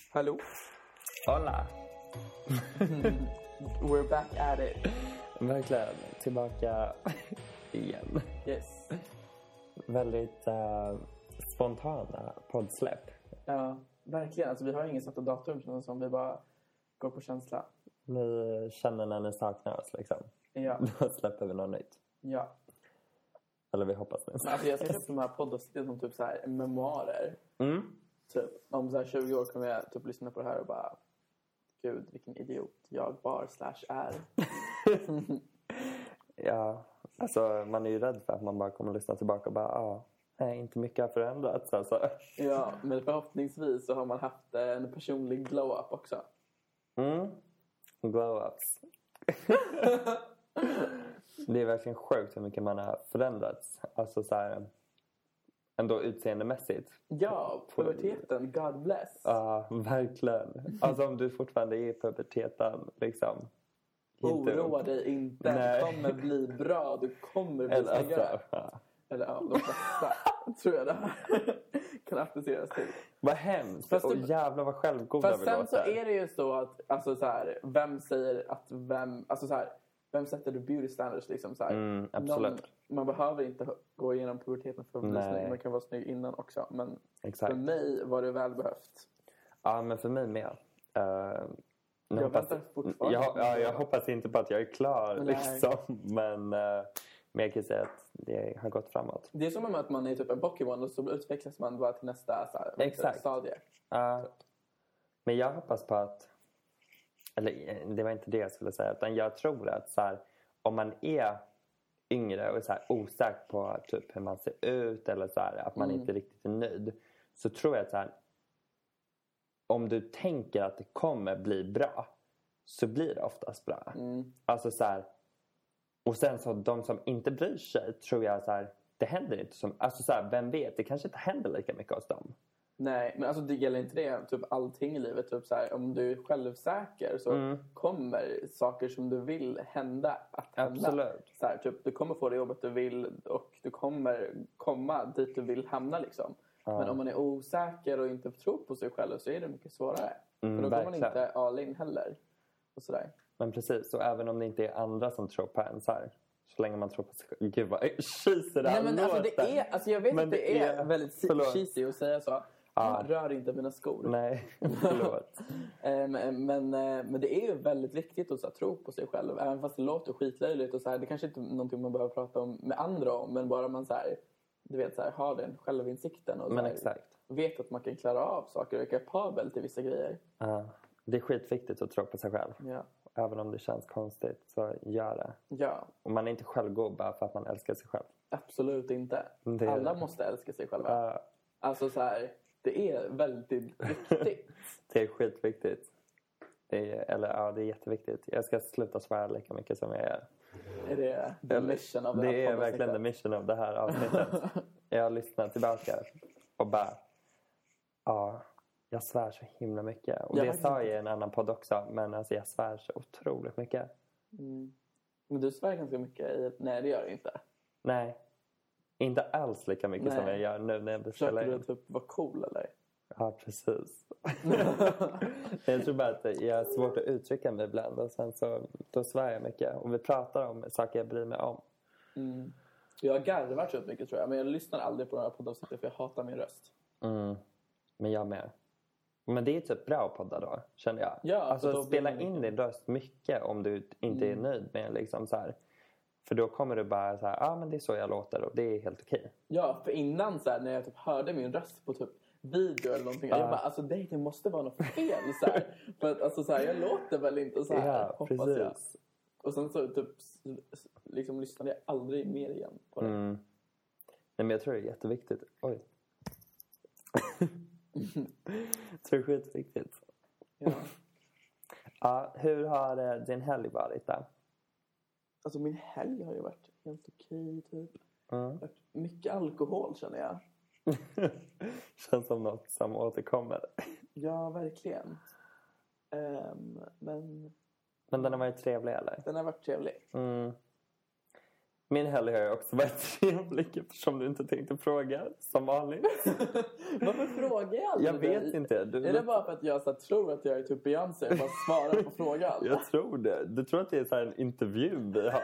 Hallå? Hola! We're back at it. Verkligen, tillbaka igen. Yes. Väldigt spontana poddsläpp. Ja, verkligen. Alltså, vi har ingen satt datum som vi bara går på känsla. Ni känner när ni saknar oss liksom. Ja. Då släpper vi något nytt. Ja. Eller vi hoppas det. Alltså, jag ser de här poddavsnitten som typ så här memoarer. Mm. Typ, om så här 20 år kommer jag typ lyssna på det här och bara... Gud, vilken idiot jag är. Ja, alltså man är ju rädd för att man bara kommer lyssna tillbaka och bara... Nej, inte mycket har förändrats alltså. Ja, men förhoppningsvis så har man haft en personlig glow-up också. Glow-ups. Det är verkligen sjukt hur mycket man har förändrats. Alltså så här... Ändå utseendemässigt. Ja, puberteten, God bless. Ja, verkligen. Alltså om du fortfarande är i puberteten liksom. Oroa dig inte. Nej. Det kommer bli bra. Du kommer bli snyggare. Eller ja, de flesta tror jag det här kan appliceras till. Vad hemskt. Och jävlar vad självgoda vi låter. Fast sen så är det ju så att alltså så här, vem säger att vem, alltså så här, vem sätter du beauty standards liksom så här. Absolut. Man behöver inte gå igenom puberteten för att bli snygg. Man kan vara snygg innan också, men exakt. För mig var det väl behövt. Ja, men för mig med. Jag väntar fortfarande. Jag hoppas inte på att jag är klar liksom, men jag kan säga att det har gått framåt. Det är som att man är typ en Pokémon och så utvecklas man bara till nästa så här, stadie. Men jag hoppas på att, eller det var inte det jag skulle säga, utan jag tror att så här, om man är yngre och är så här osäker på typ hur man ser ut eller så här, att man inte riktigt är nöjd, så tror jag att så här, om du tänker att det kommer bli bra, så blir det oftast bra. Alltså så här, och sen så de som inte bryr sig, tror jag så här, det händer inte som, alltså så här, vem vet, det kanske inte händer lika mycket hos dem. Nej, men alltså det gäller inte det typ allting i livet, typ så här, om du är självsäker så kommer saker som du vill hända att hända. Absolut. Så här, typ du kommer få det jobbet du vill och du kommer komma dit du vill hamna liksom. Men om man är osäker och inte tror på sig själv så är det mycket svårare. För då kommer man inte all in heller. Och sådär. Men precis, och även om det inte är andra som tror på en så här, så länge man tror på sig själv. Gud vad cheesy det här. Nej, men alltså det är, alltså jag vet att det är väldigt cheesy att säga så. Rör inte mina skor. Nej, förlåt. men det är ju väldigt viktigt att så här, tro på sig själv. Även fast det låter skitlöjligt och så här, det kanske inte är någonting man behöver prata om med andra om. Men bara man så här, du vet så här, har den självinsikten och så här, exakt. Vet att man kan klara av saker och är kapabel till vissa grejer. Det är skitviktigt att tro på sig själv. Ja. Även om det känns konstigt, så gör det. Ja. Och man är inte självgod bara för att man älskar sig själv. Absolut inte. Alla måste älska sig själva. Alltså så här, det är väldigt viktigt. Det är skitviktigt. Det är jätteviktigt. Jag ska sluta svära lika mycket som jag gör. Är det the mission av det här? Det är verkligen the mission av det här avsnittet. Jag har lyssnat tillbaka och bara... jag svär så himla mycket. Och det sa jag i en annan podd också. Men alltså jag svär så otroligt mycket. Men du svär ganska mycket i... Nej, det gör du inte. Nej. Inte alls lika mycket som jag gör nu när jag beställer in. Försöker du typ vara cool eller? Ja, precis. Jag tror bara att jag har svårt att uttrycka mig ibland. Och sen så då svär jag mycket. Och vi pratar om saker jag bryr mig om. Jag garvar så mycket tror jag. Men jag lyssnar aldrig på några poddavsnitt för jag hatar min röst. Men jag med. Men det är typ bra poddar då, känner jag. Ja, alltså spela in din röst mycket om du inte är nöjd med liksom så här. För då kommer du bara så här, men det är så jag låter och det är helt okej. Ja, för innan så här, när jag typ hörde min röst på typ video eller någonting. Jag bara, alltså det måste vara något fel så här. För att alltså så här, jag låter väl inte så här, hoppas precis. Jag. Och sen så typ liksom lyssnade jag aldrig mer igen på det. Nej, men jag tror det är jätteviktigt. Oj. Jag tror det är skitviktigt. Ja. Hur har din helg varit då? Alltså min helg har ju varit helt okej typ. Mycket alkohol känner jag. Känns som något som återkommer. Ja, verkligen. Men den har varit trevlig eller? Den har varit trevlig. Min helg har ju också varit trevlig eftersom du inte tänkte fråga som vanligt. Varför frågar jag aldrig? Jag vet inte. Är det bara för att jag så tror att jag är typ Beyoncé för att svara på frågan? Jag tror det. Du tror att det är så här en intervju vi har.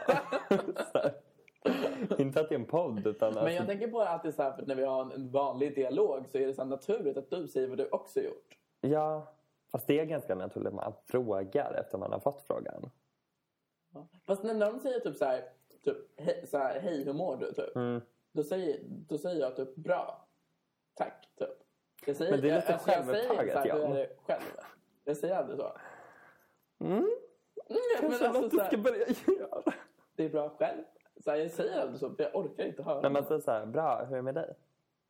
Inte att det är en podd utan... Men jag tänker på att det är så här, för när vi har en vanlig dialog så är det så naturligt att du säger vad du också gjort. Ja, fast det är ganska naturligt att man frågar efter man har fått frågan. Ja. Fast när de säger typ så här, hej, hur mår du? Typ. Då säger jag typ bra. Tack, typ. Men det är lite självupptaget, ja. Hur är det själv? Jag säger aldrig så. Kanske att du ska börja göra. Det är bra själv. Så här, jag säger aldrig så, för jag orkar inte höra. Men man säger så här, bra, hur är det med dig?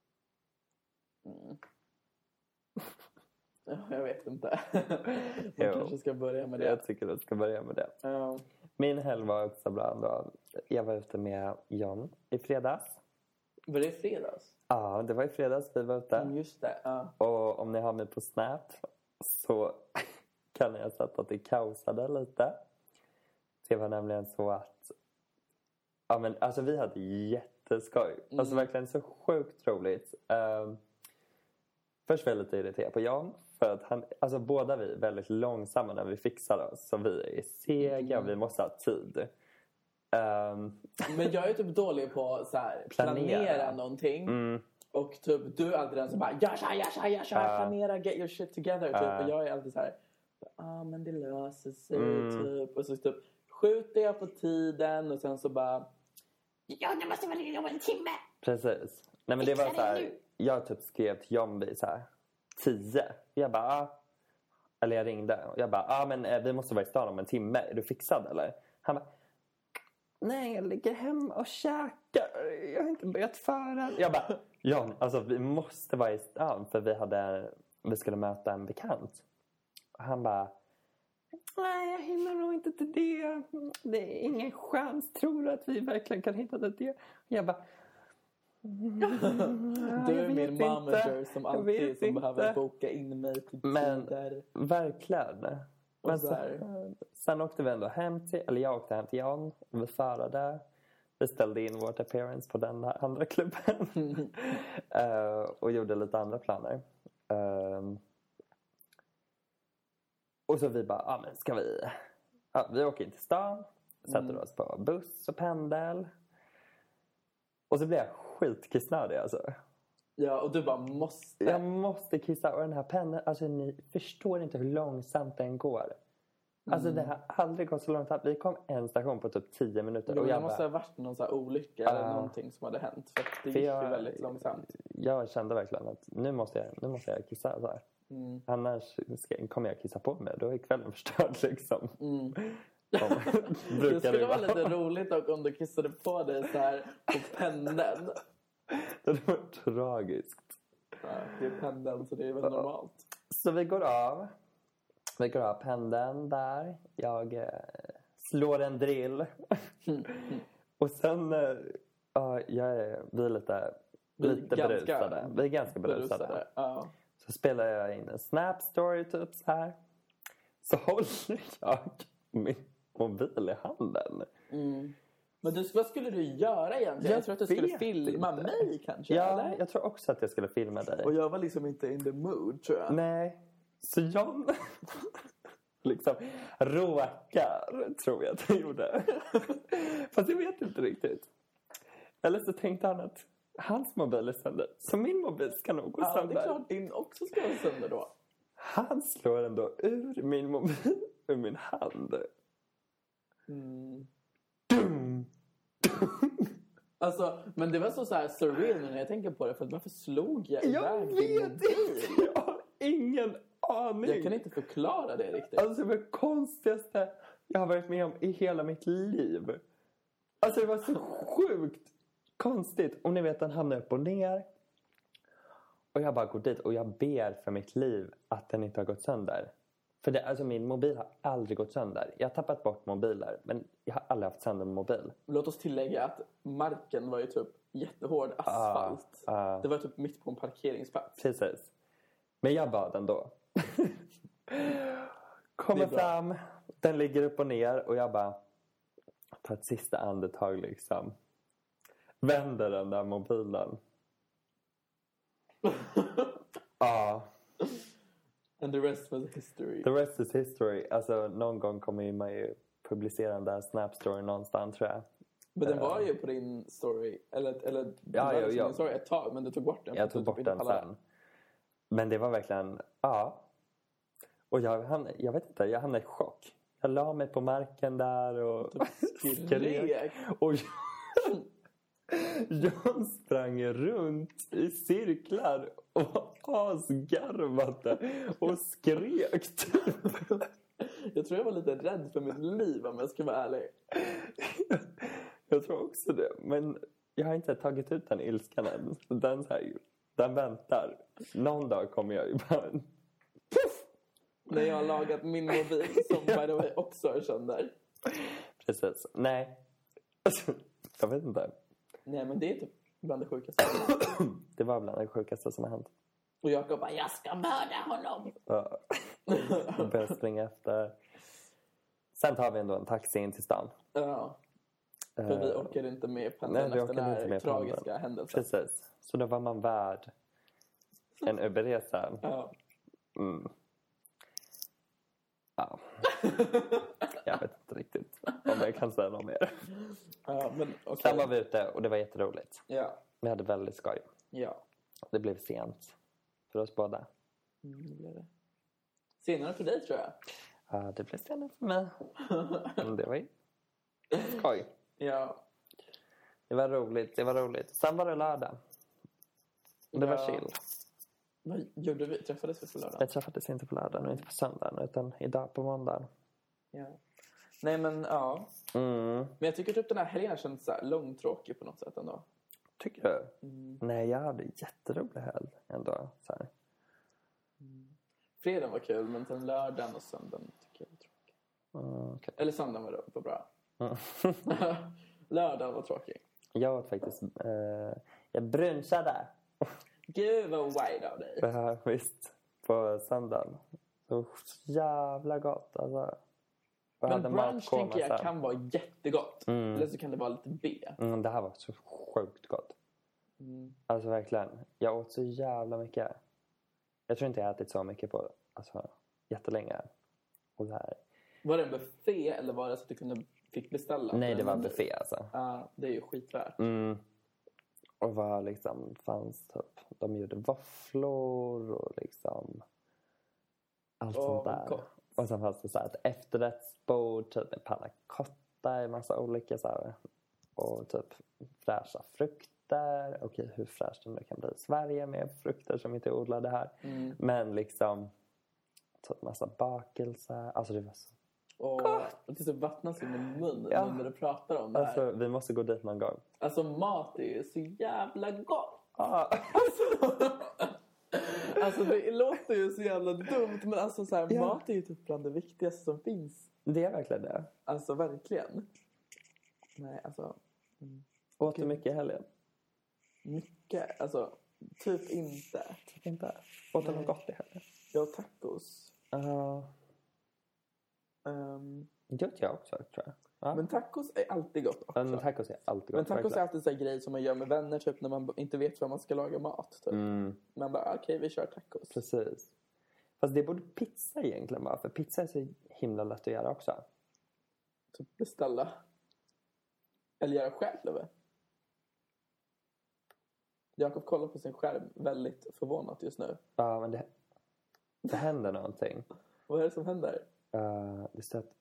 Jag vet inte. Jag kanske ska börja med det. Jag tycker du ska börja med det. Min helg var också bra ändå. Jag var ute med John i fredags. Var det i fredags? Ja, det var i fredags vi var ute. Just det, ja. Och om ni har mig på Snap så kan jag sätta att det kaosade lite. Det var nämligen så att alltså vi hade jätteskoj. Alltså verkligen så sjukt roligt. Först var jag lite irriterad på Jan. För att alltså båda vi är väldigt långsamma när vi fixar oss. Så vi är sega och vi måste ha tid. Men jag är typ dålig på så här, planera någonting. Och typ du är alltid den som bara gör så här, planera, get your shit together typ. Och jag är alltid så här, men det löser sig typ. Och så typ skjuter jag på tiden och sen så bara det måste vara redan om en timme. Precis. Nej men det var så här, jag typ skrev till John så här 10. Jag bara eller jag ringde och jag bara men vi måste vara i stan om en timme. Är du fixad eller? Han bara nej, jag ligger hemma och käkar. Jag har inte börjat föra. Jag bara, John, alltså vi måste vara i stan för vi skulle möta en bekant. Och han bara, nej, jag hinner nog inte till det. Det är ingen chans. Tror du att vi verkligen kan hitta till det? Jag bara, du är min manager som alltid som behöver boka in mig till tider. Verkligen. Men sen åkte vi ändå jag åkte hem till Jan och vi förade. Vi ställde in vårt appearance på den här andra klubben. Och gjorde lite andra planer. Och så vi bara, men ska vi... vi åker in till stan. Sätter oss på buss och pendel. Och så blev jag skitkissnödig alltså. Ja, och du bara måste. Jag måste kissa. Och den här pendeln, alltså ni förstår inte hur långsamt den går. Alltså det har aldrig gått så långt. Vi kom en station på typ 10 minuter. Men det måste ha varit någon så här olycka eller någonting som hade hänt. För det gick ju väldigt långsamt. Jag kände verkligen att nu måste jag kissa så här. Annars kommer jag kissa på mig. Då är kvällen förstörd liksom. Det skulle vara lite roligt och om du kissade på dig så här på pendeln. Det var tragiskt. Ja, det är pendeln så det är väl normalt. Så vi går av pendeln där. Jag slår en drill. Och sen vi är lite berusade. Vi är ganska berusade. Ja. Så spelar jag in en Snap story typ så här. Så håller jag min mobil i handen. Men vad skulle du göra egentligen? Jag tror att du skulle filma mig kanske. Ja, eller? Jag tror också att jag skulle filma dig. Och jag var liksom inte in the mood tror jag. Nej. Så John liksom råkar, tror jag att jag gjorde. Fast jag vet inte riktigt. Eller så tänkte han att hans mobil är sönder. Så min mobil ska nog gå sönder. Ja, det är klart din också ska gå sönder då. Han slår ändå ur min mobil ur min hand. Dum! Alltså, men det var så här surreal när jag tänker på det. För varför slog jag iväg din mobil? Jag har ingen aning. Jag kan inte förklara det riktigt. Alltså det var det konstigaste jag har varit med om i hela mitt liv. Alltså det var så sjukt konstigt. Och ni vet, den hamnar upp och ner. Och jag bara går dit och jag ber för mitt liv att den inte har gått sönder. För alltså min mobil har aldrig gått sönder. Jag har tappat bort mobiler, men jag har aldrig haft sönder en mobil. Låt oss tillägga att marken var ju typ jättehård asfalt. Det var typ mitt på en parkeringsplats. Precis. Men jag bad ändå. Kommer fram, den ligger upp och ner och jag bara tar ett sista andetag liksom. vänder den där mobilen. Ja. And the rest was history. The rest is history. Alltså någon gång kommer man ju publicera den där Snap-story någonstans, tror jag. Men den var ju på din story. Eller din story ett tag, men du tog bort den. Jag tog bort den sen. Men det var verkligen, ja. Och jag vet inte, jag hamnade i chock. Jag la mig på marken där och skrek. Och jag sprang runt i cirklar och asgarvade och skrek. Jag tror jag var lite rädd för mitt liv, om jag ska vara ärlig. Jag tror också det. Men jag har inte tagit ut den ilskan än. Den väntar. Någon dag kommer jag ju bara... Puff! När jag har lagat min mobil, som by the way också är sönder. Precis. Nej. Jag vet inte. Nej, men det är typ bland det sjukaste. Det var bland det sjukaste som har hänt. Och Jakob bara, jag ska mörda honom. Ja. Och började springa efter. Sen tar vi ändå en taxi in till stan. Ja. För vi orkade inte med pendeln efter den här tragiska händelsen. Precis. Så då var man värd en Uber-resa. Ja. Mm. Ja. Jag vet inte riktigt om jag kan säga något mer. Ja, men okay. Sen var vi ute och det var jätteroligt. Ja. Vi hade väldigt skoj. Ja. Det blev sent för oss båda. Det blev det. Senare för dig, tror jag. Ja, det blev senare för mig. Men det var ju skoj. Ja. Det var roligt. Sen var det lördag. Det var chill. Vad gjorde vi? Träffades vi på lördag? Jag träffades inte på lördagen och inte på söndagen, utan idag på måndagen. Ja. Nej, men ja. Mm. Men jag tycker typ den här helgen känns så här långtråkig på något sätt ändå. Tycker du? Mm. Nej, jag hade jätterolig helg ändå. Så här. Fredagen var kul, men sen lördagen och söndagen tycker jag var tråkig. Okay. Eller söndagen var bra. Lördagen var tråkig. Jag åt faktiskt... jag brunchade. Gud vad wide av dig. Ja, visst. På söndagen. Så jävla gott. Alltså. Men brunch tänker jag kan vara jättegott. Eller så kan det vara lite B. Det här var så sjukt gott. Alltså verkligen. Jag åt så jävla mycket. Jag tror inte jag ätit så mycket på jättelänge. Och det här. Var det en buffé eller var det så att du fick beställa? Nej, det var en buffé alltså. Ja, det är ju skitvärt. Och vad liksom fanns typ. De gjorde våfflor och liksom allt sånt där. God. Och sen fanns det så här ett efterrättsbord typ med panna cotta i massa olika så här. Och typ fräscha frukter. Okej, hur fräscht det kan bli i Sverige med frukter som inte är odlade här. Men liksom typ massa bakelser. Alltså det var så det så vattnas i min mun när du pratar om det här. Alltså, vi måste gå dit någon gång. Alltså mat är ju så jävla gott. Alltså det låter ju så jävla dumt. Men alltså så här, mat är ju typ bland det viktigaste som finns. Det är verkligen det. Alltså verkligen. Nej, alltså. Åt du mycket i helgen? Mycket? Alltså typ inte. Åt du något gott i helgen? Jag åt tacos. Det åt jag också, tror jag. Ja. Men tacos är alltid gott också. Men tacos är alltid gott. Men tacos är alltid en sån här grej som man gör med vänner typ när man inte vet vad man ska laga mat. Typ. Man bara, okej, vi kör tacos. Precis. Fast det borde pizza egentligen vara. För pizza är så himla lätt att göra också. Typ beställa. Eller göra själv. Jakob kollar på sin skärm väldigt förvånat just nu. Ja, men det händer någonting. Vad är det som händer? Det står att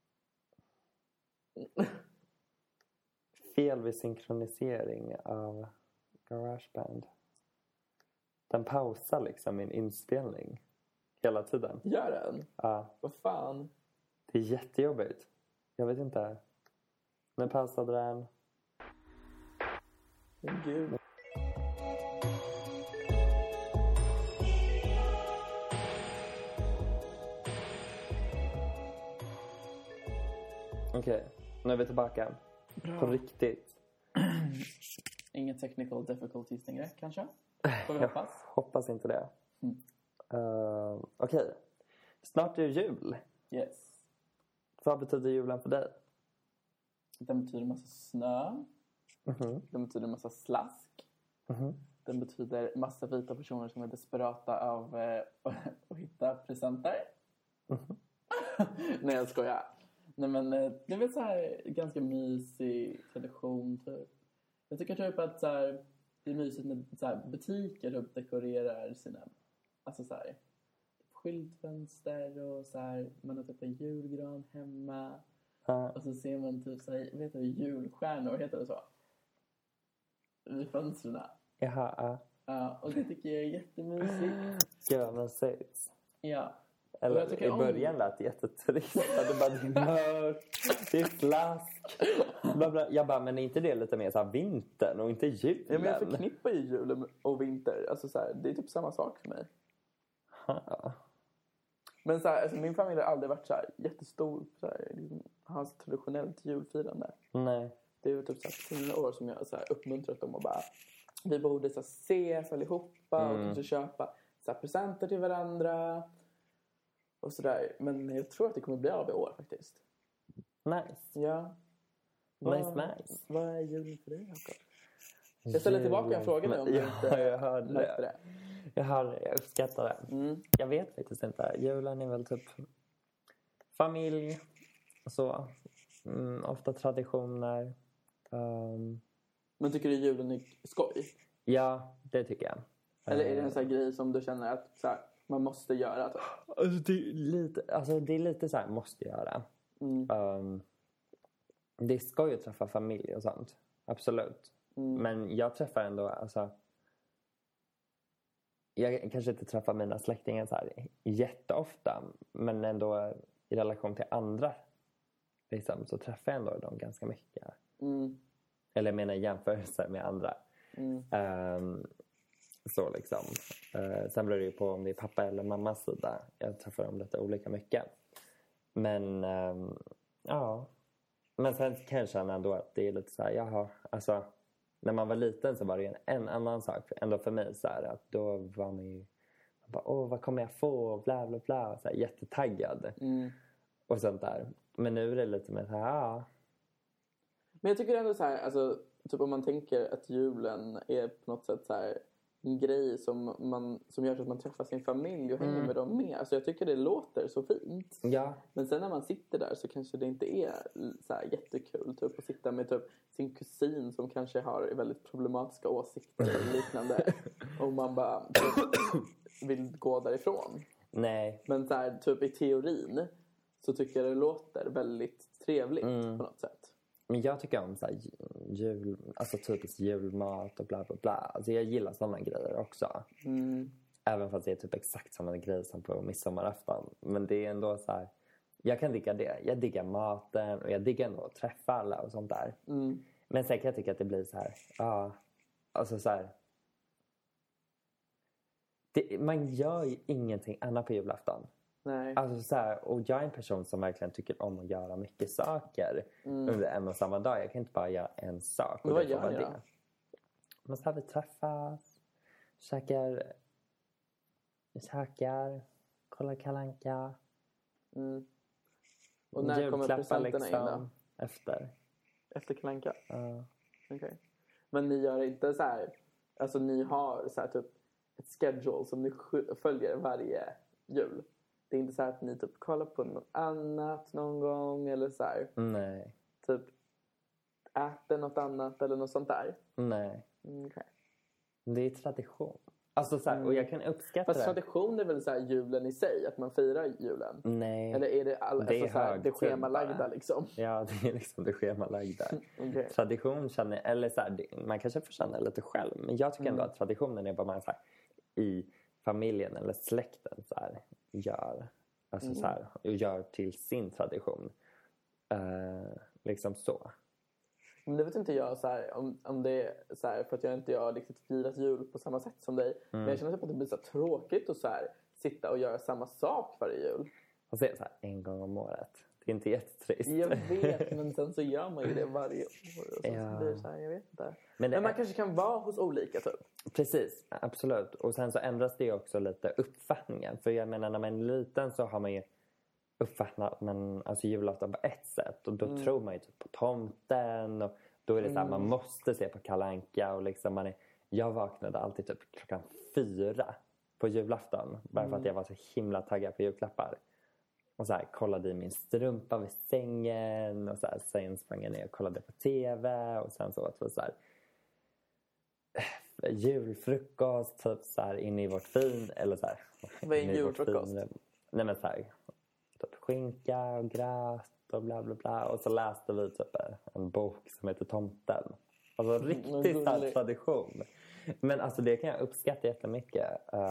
fel vid synkronisering av GarageBand. Den pausar liksom min inspelning hela tiden. Gör den? Ja. Vad fan? Det är jättejobbigt. Jag vet inte. Nu pausade den. Men gud. Okej, nu är vi tillbaka. Bra. På riktigt. Inga technical difficulties längre, kanske? Får vi hoppas? Hoppas inte det. Okej. Snart är det jul. Yes. Vad betyder julen för dig? Den betyder massa snö. Den betyder massa slask. Den betyder massa vita personer som är desperata av att hitta presenter. Nej, jag skojar. Nej, men det är väl så här ganska mysig tradition typ. Jag tycker typ att så här, det är mysigt när så här, butiker typ dekorerar sina, alltså så här, skyltfönster och så här, man har typ en julgran hemma. Och så ser man typ så här, vet du, julstjärnor, heter det så? Vid fönstren. Jaha. Ja, och det tycker jag är jättemysigt. Gud vad mysigt. Ja. Eller i början lät det jättetrist. Det bara, det är mörkt, det är slask. Jag bara, men är inte det lite mer så här vintern och inte julen? Ja, men jag förknippar ju julen och vinter. Alltså så här, det är typ samma sak för mig. Men så här, alltså, min familj har aldrig varit så här jättestor så här, har traditionellt julfirande. Nej. Det är ju typ så här 10 år som jag så här uppmuntrat dem och bara, vi borde så här ses allihopa och kanske köpa så här presenter till varandra och sådär. Men jag tror att det kommer bli av i år faktiskt. Nice. Ja. Nice. Vad är julen för dig, Jakob? Jag ställer tillbaka en fråga nu om du inte jag hörde det. Jag uppskattar det. Jag vet faktiskt inte. Julen är väl typ familj och så. Ofta traditioner. Men tycker du julen är skoj? Ja, det tycker jag. Eller är det en sån här grej som du känner att så här, man måste göra? Alltså, det är lite så här, måste göra. Det är skoj att träffa familj och sånt. Absolut. Men jag träffar ändå, alltså, jag kanske inte träffar mina släktingar så här jätteofta, men ändå i relation till andra liksom, så träffar jag ändå dem ganska mycket. Eller jag menar jämförelser med andra. Så liksom. Sen beror det ju på om det är pappa eller mammas sida. Jag träffar dem lite olika mycket. Men ja. Men sen kan jag känna ändå att det är lite så här, jaha, alltså när man var liten så var det en annan sak ändå för mig så här, att då var man ju man bara, vad kommer jag få, bla bla bla, så här, jättetaggad och sånt där. Men nu är det lite mer så här, ja. Men jag tycker ändå så här, alltså typ om man tänker att julen är på något sätt så här en grej som gör att man träffar sin familj och hänger med dem med. Alltså jag tycker det låter så fint. Ja. Men sen när man sitter där så kanske det inte är så här jättekul typ att sitta med typ sin kusin som kanske har väldigt problematiska åsikter och liknande. Och man bara typ vill gå därifrån. Nej. Men så här, typ i teorin så tycker jag det låter väldigt trevligt på något sätt. Men jag tycker om så här alltså typiskt julmat och bla bla bla. Alltså jag gillar sådana grejer också. Även fast det är typ exakt samma grej som på midsommarafton. Men det är ändå så här, jag kan digga det. Jag diggar maten och jag diggar ändå att träffa alla och sånt där. Men sen kan jag tycka att det blir så här, alltså så här. Man gör ju ingenting annat på julafton. Nej. Alltså så här, och jag är en person som verkligen tycker om att göra mycket saker under en och samma dag. Jag kan inte bara göra en sak. Men vad gör ni då? Man ska vi träffas, käkar, kollar Kalle Anka. Och när kommer presenterna liksom in då? Efter Kalle Anka? Okay. Men ni gör inte så här, alltså ni har så här typ ett schedule som ni följer varje jul? Det är inte så här att ni typ kollar på något annat någon gång eller så här. Nej. Typ äter något annat eller något sånt där. Nej. Okay. Det är tradition. Alltså så här, och jag kan uppskatta fast tradition är väl så här julen i sig, att man firar julen. Nej. Eller är det det schemalagda bara. Liksom? Ja, det är liksom det schemalagda. Okay. Tradition känner, eller så här, man kanske får känna lite själv, men jag tycker ändå att traditionen är vad man så här, i familjen eller släkten så här, gör. Alltså så här, och gör till sin tradition. Liksom så. Men det vet inte jag så här, om det är så här, för att jag inte har riktigt firat jul på samma sätt som dig. Men jag känner typ att det blir så tråkigt att så här, sitta och göra samma sak varje jul. Och så är det så här, en gång om året. Det är inte jättetrist. Jag vet, men sen så gör man ju det varje år. Och så blir det så här, jag vet inte. Men man kanske kan vara hos olika typ. Precis, absolut. Och sen så ändras det ju också lite uppfattningen. För jag menar, när man är liten så har man ju uppfattat alltså julafton på ett sätt. Och då tror man ju typ på tomten. Då är det så här, man måste se på Kalle Anka och liksom jag vaknade alltid typ 4:00 på julafton. Bara för att jag var så himla taggad på julklappar. Och så här, kollade i min strumpa vid sängen. Och så här, sen sprang jag ner och kollade på tv. Och sen så åt vi så här julfrukost typ så här inne i vårt fin. Eller så här. Vad är en julfrukost? Nej men så här, typ skinka och gröt och bla bla bla. Och så läste vi typ en bok som heter Tomten. Alltså riktigt stark tradition. Men alltså det kan jag uppskatta jättemycket.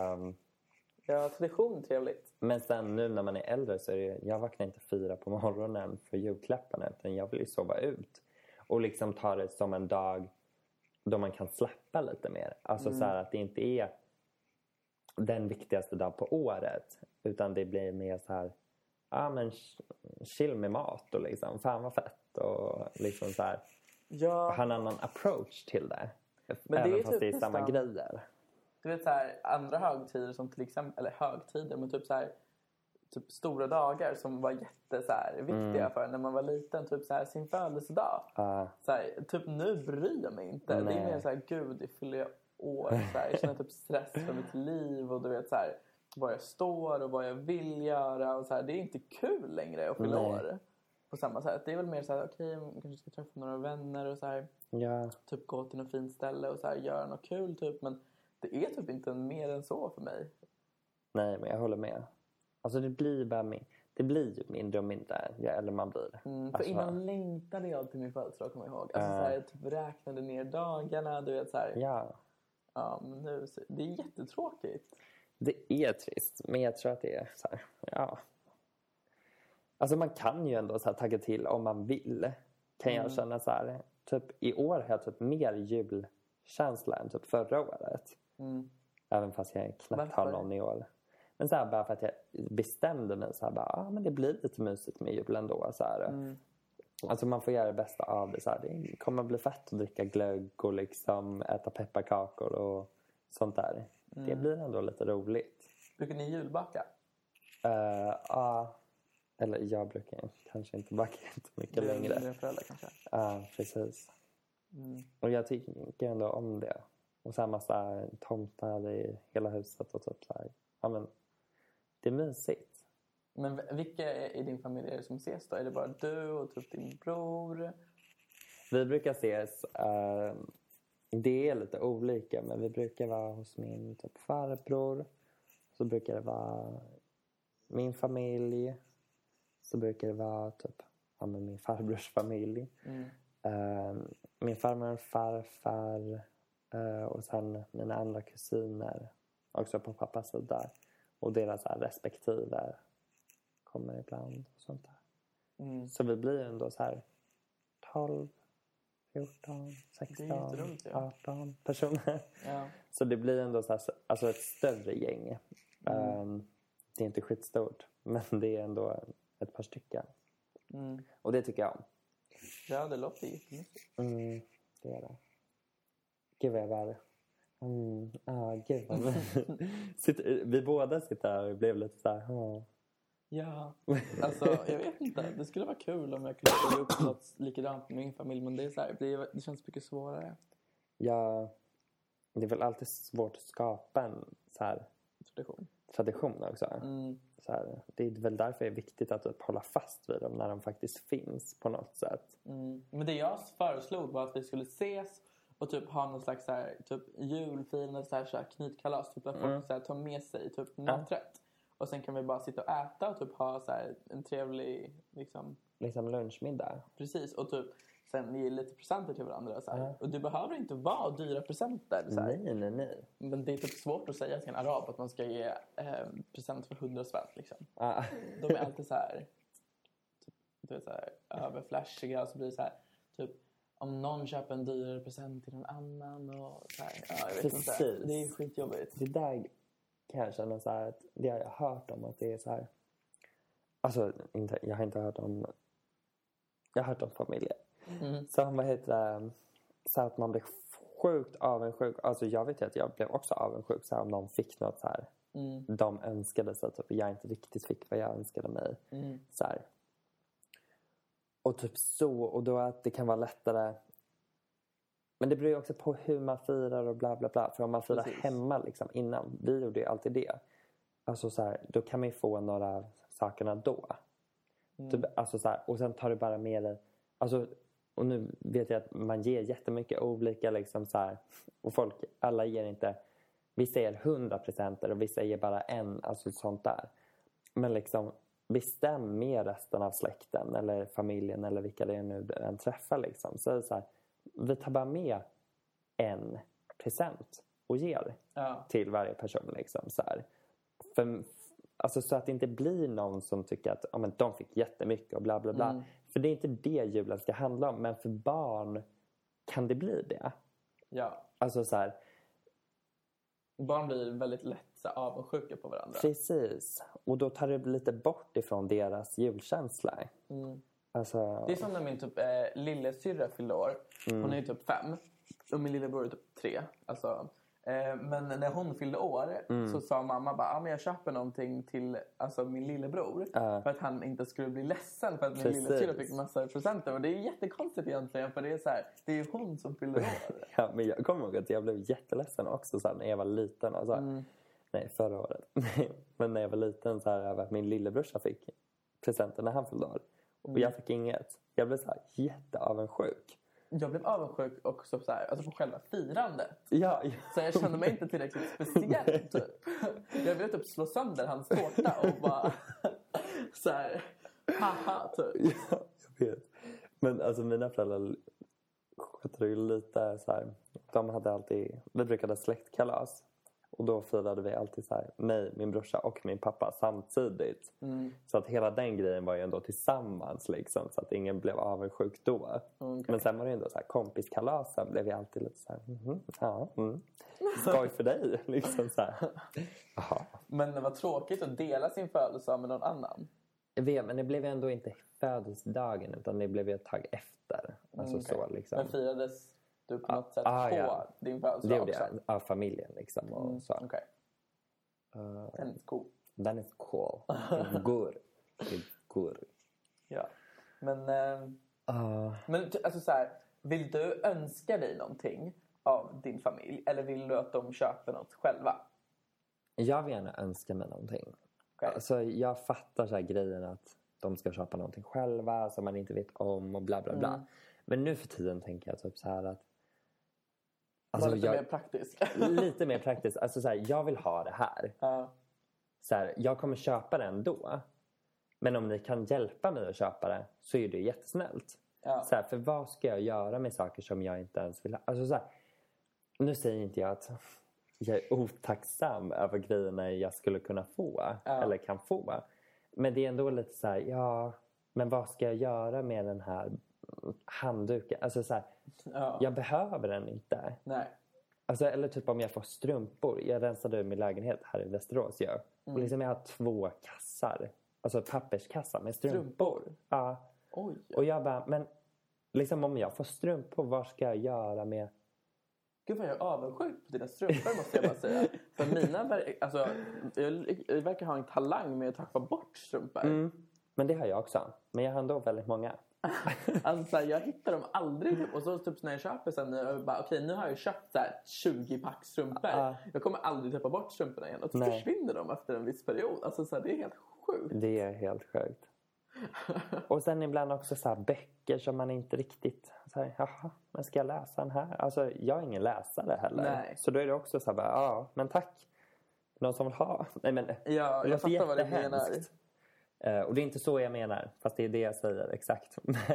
Ja, tradition trevligt. Men sen nu när man är äldre så är det, jag vaknar inte 4 på morgonen för julklapparna. Utan jag vill ju sova ut. Och liksom ta det som en dag då man kan släppa lite mer. Alltså så här att det inte är den viktigaste dag på året. Utan det blir mer så här, men chill med mat och liksom, fan vad fett. Och liksom så här, ha en annan approach till det. Men även det är fast typ det är samma grejer. Du vet så här, andra högtider som till exempel, eller högtider, men typ så här, typ stora dagar som var jätte så här viktiga för när man var liten, typ så här sin födelsedag. Så här, typ nu bryr jag mig inte. Det är mer så här, gud, det fyller jag år så här, jag känner typ stress för mitt liv och du vet så här var jag står och vad jag vill göra och så här, det är inte kul längre att fylla år. På samma sätt. Det är väl mer så här, okej, jag kanske ska träffa några vänner och så här, typ gå till något fint ställe och så här göra något kul typ, men det är typ inte mer än så för mig. Nej, men jag håller med. Alltså det blir bara det blir ju mindre och mindre ju äldre man blir. För innan längtade jag till min födelsedag, kommer jag ihåg. Alltså så här, jag typ räknade ner dagarna, du vet så här. Ja, men nu, det är jättetråkigt. Det är trist, men jag tror att det är så här, Alltså man kan ju ändå så här tagga till om man vill. Kan jag känna så här, typ i år har jag typ mer julkänsla än typ förra året. Även fast jag knappt har någon i år. Men så här, bara för att jag bestämde mig så här, bara, men det blir lite mysigt med jul ändå. Så här. Alltså man får göra det bästa av det. Så här. Det kommer bli fett att dricka glögg och liksom äta pepparkakor och sånt där. Det blir ändå lite roligt. Brukar ni julbaka? Eller jag brukar kanske inte baka jättemycket längre. Dina föräldrar kanske? Ja, precis. Och jag tycker ändå om det. Och så här massa tomtar i hela huset och typ så här. Ja, men det är mysigt. Men vilka i din familj är det som ses då? Är det bara du och typ din bror? Vi brukar ses. Det är lite olika. Men vi brukar vara hos min typ farbror. Så brukar det vara min familj. Så brukar det vara typ med min farbrors familj. Min farmor och farfar. Och sen mina andra kusiner. Också på pappas sida. Och deras här respektive kommer ibland och sånt där. Så vi blir ändå så här 12, 14, 16, 18 personer. Så det blir ändå så här, alltså ett större gäng. Det är inte skitstort, men det är ändå ett par stycken. Och det tycker jag om. Ja, det låter jättemycket. Det är det. Gud vad jag var. Gud vad vi båda sitter här och blev lite så här. Ja, alltså jag vet inte. Det skulle vara kul om jag kunde få upp något likadant med min familj. Men det är så här, det känns mycket svårare. Ja, det är väl alltid svårt att skapa en så här tradition också. Så här, det är väl därför det är viktigt att typ hålla fast vid dem när de faktiskt finns på något sätt. Men det jag föreslog var att vi skulle ses och typ ha någon slags så här, typ julfirande, så här knytkalas. Typ där folk så här, tar med sig typ maträtt. Och sen kan vi bara sitta och äta och typ ha så här, en trevlig liksom lunchmiddag. Precis, och typ sen ge lite presenter till varandra. Så här. Och det behöver inte vara dyra presenter. Så här. Nej. Men det är typ svårt att säga till en arab att man ska ge present för 100 spänn. Liksom. De är alltid så här, typ, du vet, så här överflashiga. Så blir det så här, typ om någon köper en dyrare present till någon annan. Och så här. Ja, jag vet inte. Det är skitjobbigt. Det där kan jag känna så här, att det har jag hört om att det är så här. Alltså, jag har inte hört om. Jag har hört om familjer. Så vad heter det, så att man blir sjukt avundsjuk. Alltså jag vet ju att jag blev också avundsjuk så här, om någon fick något så här. De önskade så att typ, jag inte riktigt fick vad jag önskade mig. Så här. Och typ så, och då att det kan vara lättare Men det beror ju också på hur man firar och bla bla bla. För om man firar hemma liksom innan. Vi gjorde ju alltid det. Alltså så här, då kan man ju få några av sakerna då. Alltså så här, och sen tar du bara med dig. Alltså, och nu vet jag att man ger jättemycket olika liksom så här. Och folk, alla ger inte. Vissa ger 100% och vissa ger bara en. Alltså sånt där. Men liksom bestäm med resten av släkten. Eller familjen eller vilka det är nu än träffar liksom. Så är det så här. Vi tar bara med en present och ger till varje person liksom så här. Alltså så att det inte blir någon som tycker att men de fick jättemycket och bla bla bla. För det är inte det julen ska handla om. Men för barn kan det bli det. Ja. Alltså så här. Barn blir väldigt lätt så avundsjuka på varandra. Precis. Och då tar det lite bort ifrån deras julkänsla. Alltså... Det är som när min typ lillasyrra fyllde år. Hon är ju typ 5. Och min lillebror är typ 3. Alltså... Men när hon fyllde år så sa mamma bara, men jag köper någonting till min lillebror för att han inte skulle bli ledsen för att min lillasyrra fick massa presenter. Och det är jättekonstigt egentligen, för det är så här, det är ju hon som fyllde år. Ja, men jag kommer ihåg att jag blev jätteledsen också så här, när jag var liten. Alltså, nej, förra året. Men när jag var liten så här, över att min lillebrorsa fick presenter när han fyllde år. Och jag fick inget. Jag blev så här jätteavundsjuk. Jag blev avundsjuk också så här, alltså på själva firandet. Ja. Så jag kände mig inte tillräckligt speciell typ. Jag ville typ slå sönder hans tårta och bara så här, haha typ. Ja, jag vet. Men alltså mina föräldrar skötte ju lite så här. De hade alltid, vi brukade släktkalas. Och då firade vi alltid så här, mig, min brorsa och min pappa samtidigt. Så att hela den grejen var ju ändå tillsammans liksom. Så att ingen blev avundsjuk då. Okay. Men sen var det ändå så här, kompiskalasen blev vi alltid lite så här, skoj för dig. Liksom så här. Aha. Men det var tråkigt att dela sin födelsedag med någon annan. Jag vet, men det blev ju ändå inte födelsedagen utan det blev ju ett tag efter. Alltså så liksom. Men firades du på något sätt på din födelsedag också? Det gjorde jag, av familjen liksom och så. Okay. Den är cool. Den är cool. Good. Ja. Men alltså så här, vill du önska dig någonting av din familj eller vill du att de köper något själva? Jag vill gärna önska mig någonting. Okay. Alltså jag fattar så här grejen att de ska köpa någonting själva som man inte vet om och bla bla bla. Men nu för tiden tänker jag typ så här att alltså lite mer praktiskt. Lite mer praktiskt. Alltså så här, jag vill ha det här. Så här, jag kommer köpa det ändå. Men om ni kan hjälpa mig att köpa det så är det jättesnällt. Så här, för vad ska jag göra med saker som jag inte ens vill ha? Alltså så här, nu säger inte jag att jag är otacksam över grejerna jag skulle kunna få. Eller kan få. Men det är ändå lite så här, men vad ska jag göra med den här handduken? Alltså så här, jag behöver den inte. Nej. Alltså, eller typ om jag får strumpor. Jag rensade ur min lägenhet här i Västerås. Och liksom jag har 2 kassar. Alltså papperskassa med strumpor. Ja. Oj. Och jag bara, men liksom om jag får strumpor, vad ska jag göra med? Gud vad jag är avundsjuk på dina strumpor måste jag bara säga. För mina, alltså jag verkar ha en talang med att tappa bort strumpor. Men det har jag också. Men jag har ändå väldigt många. Alltså jag hittar dem aldrig typ. Och så typ när jag köper sen okej, nu har jag köpt så här 20 pack strumpor. Jag kommer aldrig tappa bort strumporna igen. Och så försvinner de efter en viss period. Alltså så här, det är helt sjukt. Det är helt sjukt. Och sen ibland också så här böcker som man inte riktigt så här, jaha, men ska jag läsa den här? Alltså jag är ingen läsare heller. Nej. Så då är det också så här, men tack. Någon som vill ha? Nej men jag fattar vad du menar. Och det är inte så jag menar. Fast det är det jag säger exakt.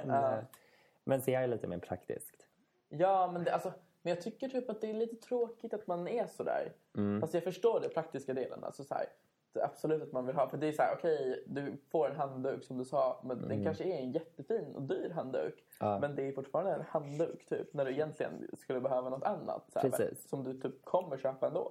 Men så jag är lite mer praktiskt. Ja, men men jag tycker typ att det är lite tråkigt att man är sådär. Fast jag förstår det praktiska delen. Alltså så här, absolut att man vill ha. För det är så här, okej, du får en handduk som du sa. Men den kanske är en jättefin och dyr handduk. Men det är fortfarande en handduk typ. När du egentligen skulle behöva något annat. Så här, som du typ kommer köpa ändå.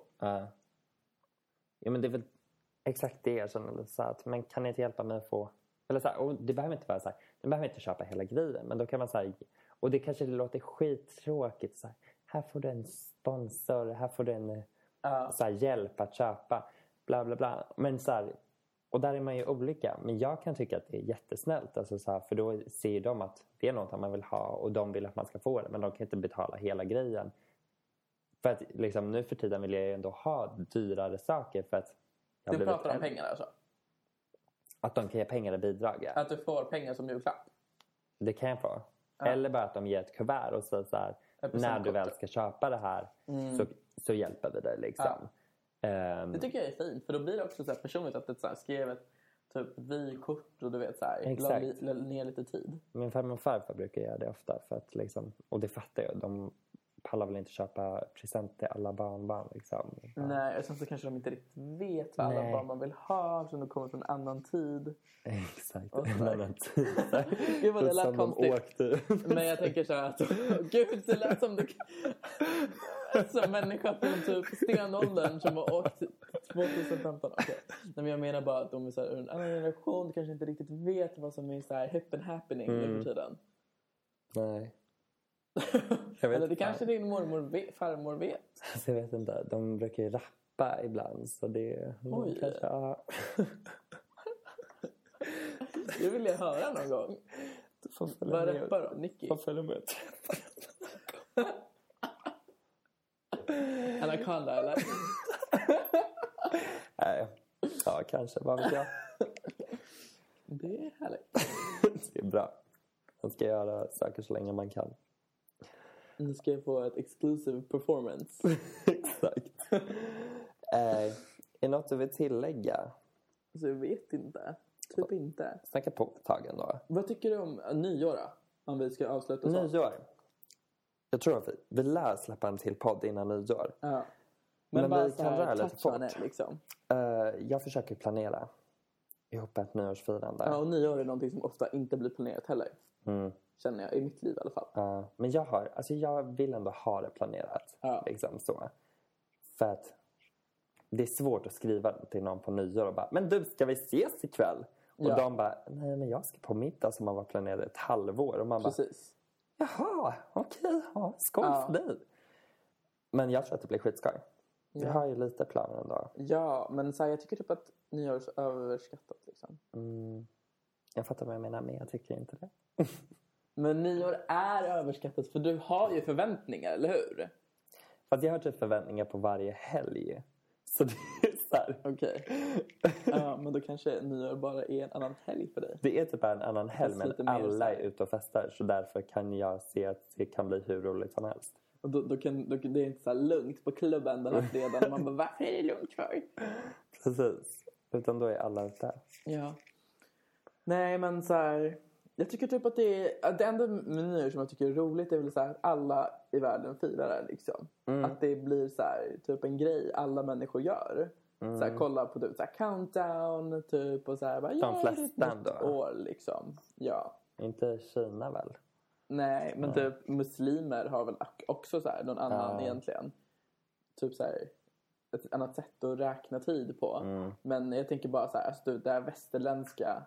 Ja, men det är väl exakt det jag känner lite så att, men kan ni inte hjälpa mig att få, eller så här, och det behöver inte vara så här, du behöver inte köpa hela grejen, men då kan man så här, och det kanske låter skittråkigt så här får du en sponsor, här får du en så här, hjälp att köpa, bla bla bla, men så här, Och där är man ju olika. Men jag kan tycka att det är jättesnällt. Alltså så här, för då ser de att det är något man vill ha. Och de vill att man ska få det. Men de kan inte betala hela grejen. För att liksom, nu för tiden vill jag ju ändå ha dyrare saker. För att du pratar om pengar alltså? Att de kan ge pengar i bidrag. Att du får pengar som julklapp? Det kan jag få. Ja. Eller bara att de ger ett kuvert och säger så här. När du väl ska köpa det här så hjälper vi dig liksom. Ja. Det tycker jag är fint. För då blir det också så här personligt att det skrev ett typ vykort och du vet så här, la ner lite tid. Min farmor och farfar brukar göra det ofta för att liksom, och det fattar jag, de pallar väl inte köpa present till alla barnbarn liksom. Ja. Nej, och sen så kanske de inte riktigt vet vad alla barnbarn vill ha som de kommer från en annan tid. Exakt, en annan tid. Gud vad det lät konstigt. Men jag tänker så här att gud, det lät som du som människa från typ stenåldern som har åkt 2015. Okay. Men jag menar bara att de är så här, en annan generation kanske inte riktigt vet vad som är så här hip and happening nu för tiden. Nej. Eller det kanske din farmor vet. Alltså, jag vet inte. De brukar ju rappa ibland. Så det kanske... Ja. Det vill jag höra någon gång. Vad rappar då? Nicky? Vad följer med? Anaconda eller? Nej. Ja, kanske. Vad vet jag? Det är härligt. Det är bra. Man ska göra saker så länge man kan. Nu ska jag få ett exclusive performance. Exakt. Är det något du vill tillägga? Så jag vet inte. Typ inte. Snacka på tagen då. Vad tycker du om nyår då? Om vi ska avsluta så. Nyår. Jag tror att vi lär släppa en till podd innan nyår. Ja. Men vi kan röra lite fort. Liksom. Jag försöker planera ihop ett nyårsfirande. Ja, och nyår är någonting som ofta inte blir planerat heller. Känner jag, i mitt liv i alla fall. Men jag vill ändå ha det planerat. Liksom så. För att det är svårt att skriva till någon på nyår och bara, men du, ska vi ses ikväll? Och de bara, nej men jag ska på middag som man var planerad ett halvår. Och man precis. Bara, jaha, okej, skål för dig. Men jag tror att det blir skitskoj. Jag har ju lite planer ändå. Ja, men så här, jag tycker typ att nyår är så överskattat liksom. Jag fattar vad jag menar, men jag tycker inte det. Men nyår är överskattat för du har ju förväntningar, eller hur? Fast jag har typ förväntningar på varje helg. Så det är så här. Okej. Ja, men då kanske nyår bara är en annan helg för dig. Det är typ en annan helg, men alla är ute och festar. Så därför kan jag se att det kan bli hur roligt som helst. Och då det är inte så här lugnt på klubben den här fredagen. Man bara, varför är det lugnt för? Precis. Utan då är alla ute. Ja. Nej, men så här... Jag tycker typ att det enda med nyår som jag tycker är roligt är väl så här alla i världen firar det liksom. Att det blir så här typ en grej alla människor gör. Så här, kolla på typ så här countdown typ och så här bara, de flesta ändå. År liksom. Ja. Inte Kina väl? Nej, men typ muslimer har väl också så här någon annan egentligen. Typ så här ett annat sätt att räkna tid på. Men jag tänker bara så här, alltså det här västerländska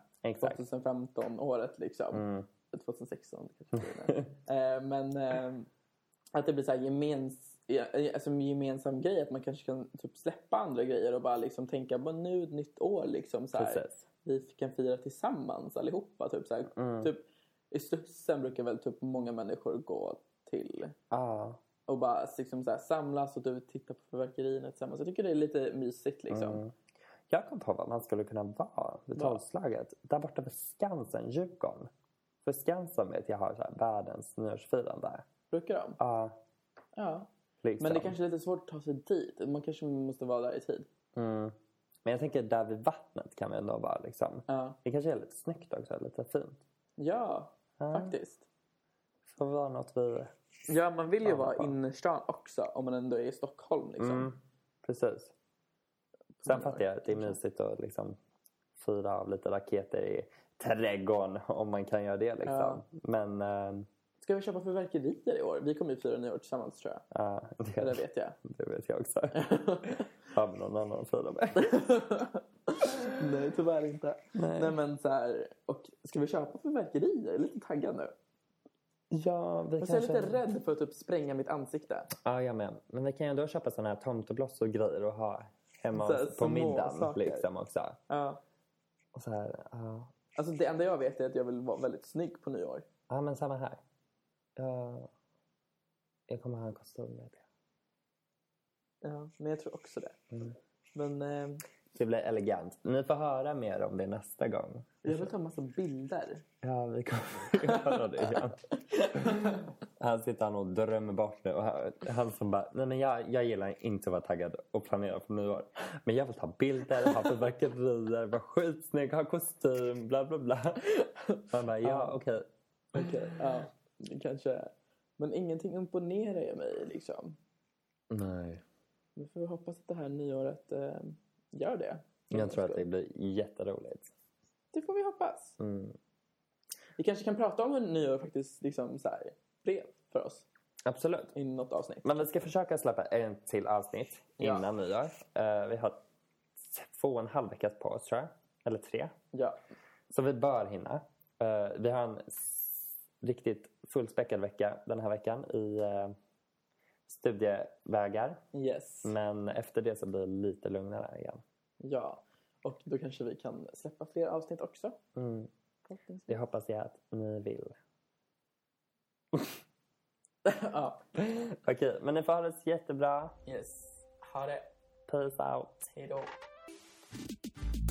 2015-året liksom. 2016 kanske. Men att det blir så här gemensam grej. Att man kanske kan typ släppa andra grejer och bara liksom tänka på nu ett nytt år liksom. Så här, vi kan fira tillsammans allihopa. Typ, så här, typ, i Slussen brukar väl typ många människor gå till. Och bara liksom så här, samlas och typ titta på fyrverkerierna tillsammans. Jag tycker det är lite mysigt liksom. Jag kom på vad man skulle kunna vara vid tolvslaget. Där borta vid Skansen, Djurgården. För Skansen vet jag har så här världens nyårsfirande där. Brukar de? Ja. Liksom. Men det är kanske lite svårt att ta sig dit. Man kanske måste vara där i tid. Men jag tänker där vid vattnet kan vi ändå vara liksom. Det kanske är lite snyggt också, lite fint. Ja, faktiskt. Får vara något vi... Ja, man vill ju vara innerstan också om man ändå är i Stockholm liksom. Precis. Sen fattar jag att det är mysigt att liksom fira av lite raketer i trädgården om man kan göra det liksom. Men... Ska vi köpa fyrverkerier i år? Vi kommer ju fira nyår tillsammans tror jag. Ja, det vet jag. Det vet jag också. Har vi någon annan att fira med? Nej, tyvärr inte. Nej, men så här... Och ska vi köpa fyrverkerier? Jag är lite taggad nu. Ja, vi kanske... Jag är lite rädd för att typ spränga mitt ansikte. Ja, jag med. Men vi kan ju ändå köpa såna här tomtebloss och grejer och ha hemma på middagen liksom också. Ja. Och så här, ja. Alltså det enda jag vet är att jag vill vara väldigt snygg på nyår. Ja, men samma här. Jag kommer ha en kostym, vet jag. Ja, men jag tror också det. Mm. Men... det blir elegant. Ni får höra mer om det nästa gång. Jag vill ta en massa bilder. Ja, vi kommer göra det igen. Han sitter och drömmer bort det. Och han som bara, nej men jag gillar inte att vara taggad och planera för nyår. Men jag vill ta bilder, ha fyrverkerier, vara skitsnygg, ha kostym, bla bla bla. Han bara, ja okej. Okej, ja. Kanske. Men ingenting imponerar ju mig liksom. Nej. Nu får vi hoppas att det här nyåret gör det. Jag tror att det blir jätteroligt. Det får vi hoppas. Mm. Vi kanske kan prata om hur nyår faktiskt liksom så här blev för oss. Absolut. I något avsnitt. Men vi ska försöka släppa en till avsnitt innan nyår. Vi har 2,5 veckor på oss, tror jag. Eller 3. Ja. Så vi bör hinna. Vi har en riktigt fullspäckad vecka den här veckan i studievägar. Yes. Men efter det så blir det lite lugnare igen. Ja. Och då kanske vi kan släppa fler avsnitt också. Mm. Det hoppas jag att ni vill. Ja. Okej, men ni får ha det jättebra. Yes. Ha det. Peace out. Hej då.